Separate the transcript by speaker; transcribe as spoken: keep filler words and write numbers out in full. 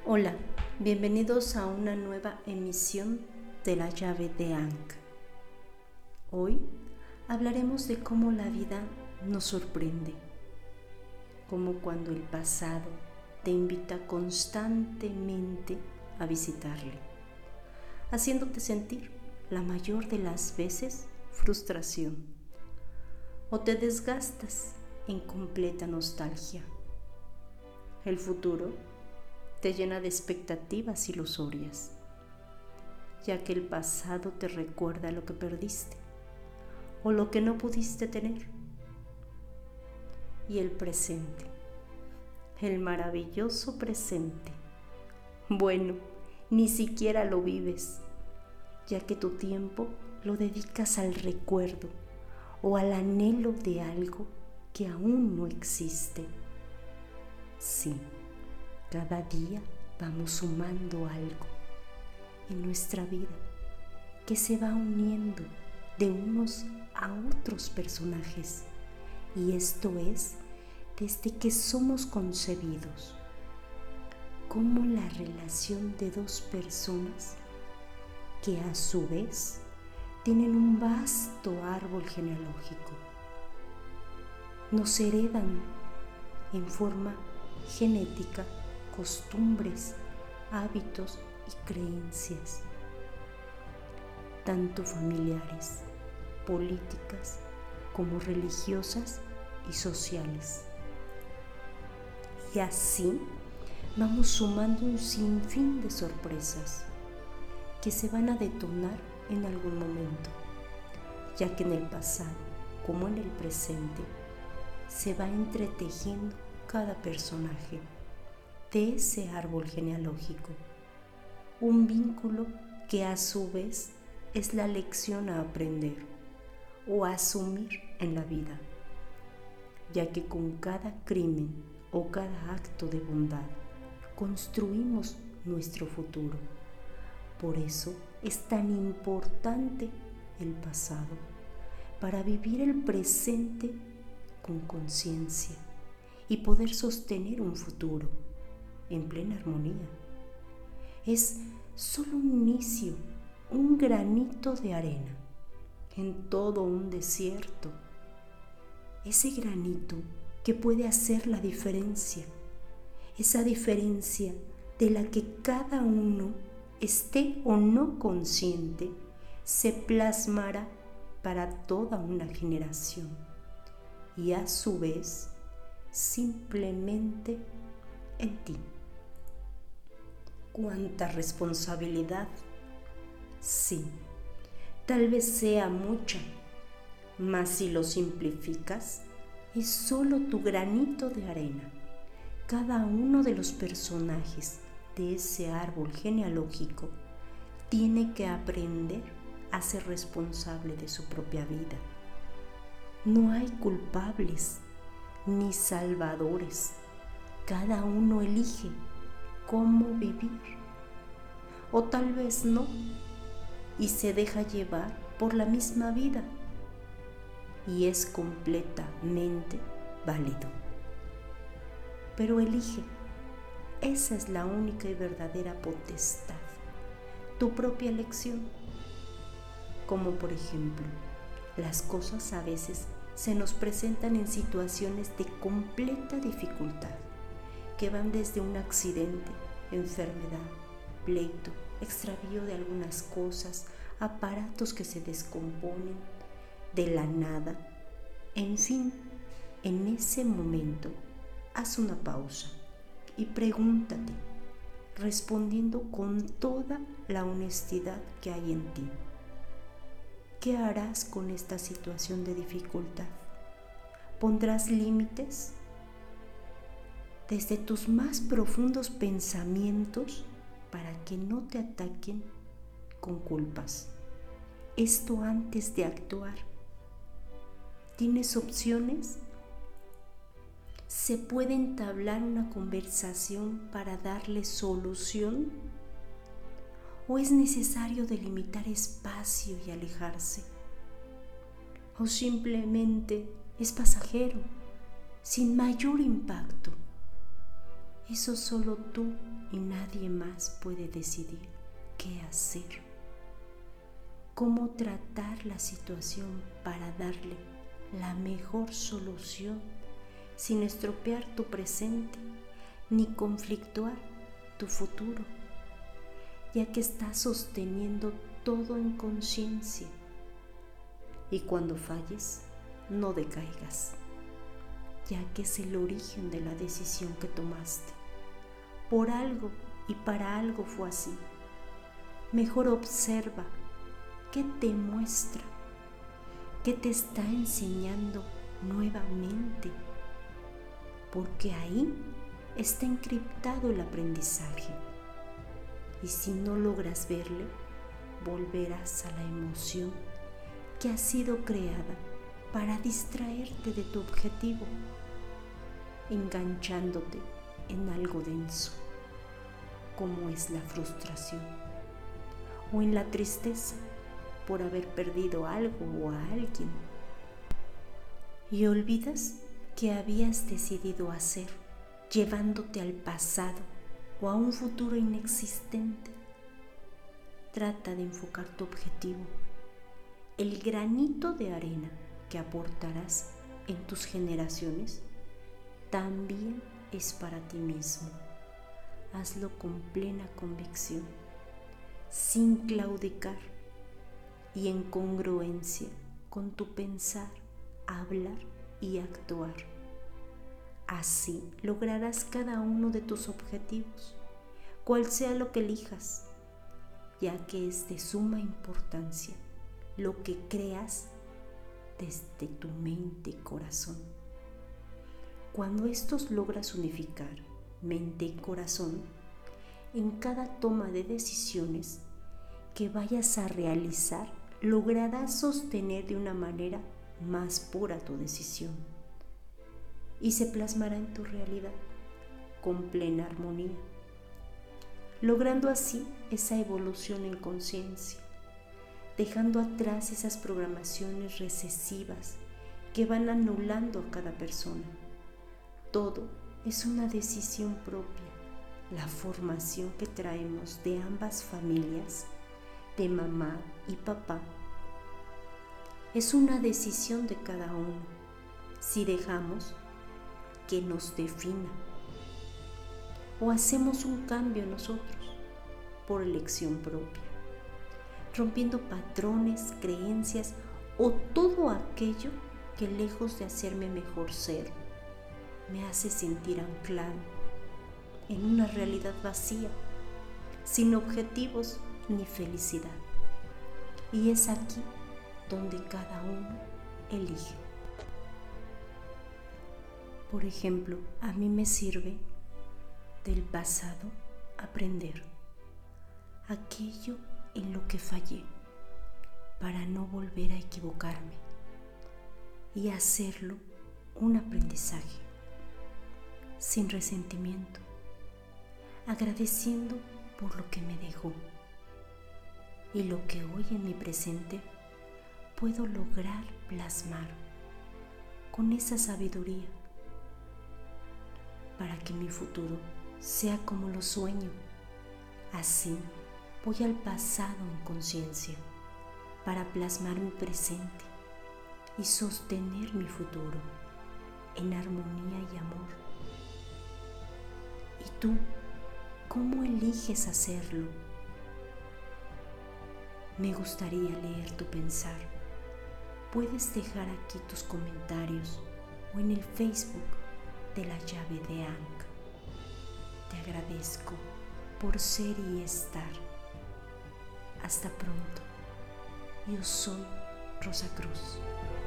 Speaker 1: Hola, bienvenidos a una nueva emisión de La Llave de Ankh. Hoy hablaremos de cómo la vida nos sorprende, como cuando el pasado te invita constantemente a visitarle, haciéndote sentir la mayor de las veces frustración, o te desgastas en completa nostalgia. El futuro te llena de expectativas ilusorias, ya que el pasado te recuerda lo que perdiste o lo que no pudiste tener. Y el presente, el maravilloso presente, bueno, ni siquiera lo vives, ya que tu tiempo lo dedicas al recuerdo o al anhelo de algo que aún no existe. Sí. Cada día vamos sumando algo en nuestra vida que se va uniendo de unos a otros personajes, y esto es desde que somos concebidos, como la relación de dos personas que a su vez tienen un vasto árbol genealógico. Nos heredan en forma genética costumbres, hábitos y creencias, tanto familiares, políticas, como religiosas y sociales. Y así vamos sumando un sinfín de sorpresas que se van a detonar en algún momento, ya que en el pasado, como en el presente, se va entretejiendo cada personaje de ese árbol genealógico, un vínculo que a su vez es la lección a aprender o a asumir en la vida, ya que con cada crimen o cada acto de bondad construimos nuestro futuro. Por eso es tan importante el pasado, para vivir el presente con conciencia y poder sostener un futuro en plena armonía. Es solo un inicio, un granito de arena en todo un desierto. Ese granito que puede hacer la diferencia, esa diferencia de la que cada uno, esté o no consciente, se plasmará para toda una generación y a su vez simplemente en ti. ¡Cuánta responsabilidad! Sí, tal vez sea mucha, mas si lo simplificas, es solo tu granito de arena. Cada uno de los personajes de ese árbol genealógico tiene que aprender a ser responsable de su propia vida. No hay culpables ni salvadores. Cada uno elige cómo vivir, o tal vez no, y se deja llevar por la misma vida, y es completamente válido. Pero elige, esa es la única y verdadera potestad, tu propia elección. Como por ejemplo, las cosas a veces se nos presentan en situaciones de completa dificultad, que van desde un accidente, enfermedad, pleito, extravío de algunas cosas, aparatos que se descomponen de la nada. En fin, en ese momento, haz una pausa y pregúntate, respondiendo con toda la honestidad que hay en ti: ¿qué harás con esta situación de dificultad? ¿Pondrás límites? Desde tus más profundos pensamientos, para que no te ataquen con culpas. Esto antes de actuar. ¿Tienes opciones? ¿Se puede entablar una conversación para darle solución? ¿O es necesario delimitar espacio y alejarse? ¿O simplemente es pasajero, sin mayor impacto? Eso solo tú y nadie más puede decidir qué hacer, cómo tratar la situación para darle la mejor solución sin estropear tu presente ni conflictuar tu futuro, ya que estás sosteniendo todo en conciencia. Y cuando falles, no decaigas, ya que es el origen de la decisión que tomaste. Por algo y para algo fue así. Mejor observa qué te muestra, qué te está enseñando nuevamente, porque ahí está encriptado el aprendizaje. Y si no logras verle, volverás a la emoción que ha sido creada para distraerte de tu objetivo, enganchándote en algo denso, como es la frustración o en la tristeza por haber perdido algo o a alguien. Y olvidas que habías decidido hacer, llevándote al pasado o a un futuro inexistente. Trata de enfocar tu objetivo, el granito de arena que aportarás en tus generaciones, también es para ti mismo. Hazlo con plena convicción, sin claudicar y en congruencia con tu pensar, hablar y actuar. Así lograrás cada uno de tus objetivos, cual sea lo que elijas, ya que es de suma importancia lo que creas desde tu mente y corazón. Cuando estos logras unificar mente y corazón, en cada toma de decisiones que vayas a realizar, lograrás sostener de una manera más pura tu decisión y se plasmará en tu realidad con plena armonía, logrando así esa evolución en conciencia, dejando atrás esas programaciones recesivas que van anulando a cada persona. Todo es una decisión propia, la formación que traemos de ambas familias, de mamá y papá. Es una decisión de cada uno, si dejamos que nos defina o hacemos un cambio nosotros por elección propia, rompiendo patrones, creencias o todo aquello que lejos de hacerme mejor ser, me hace sentir anclado en una realidad vacía, sin objetivos ni felicidad. Y es aquí donde cada uno elige. Por ejemplo, a mí me sirve del pasado aprender aquello en lo que fallé para no volver a equivocarme y hacerlo un aprendizaje sin resentimiento, agradeciendo por lo que me dejó y lo que hoy en mi presente puedo lograr plasmar con esa sabiduría para que mi futuro sea como lo sueño. Así voy al pasado en conciencia para plasmar mi presente y sostener mi futuro en armonía y amor. ¿Y tú cómo eliges hacerlo? Me gustaría leer tu pensar. Puedes dejar aquí tus comentarios o en el Facebook de la llave de Ankh. Te agradezco por ser y estar. Hasta pronto. Yo soy Rosa Cruz.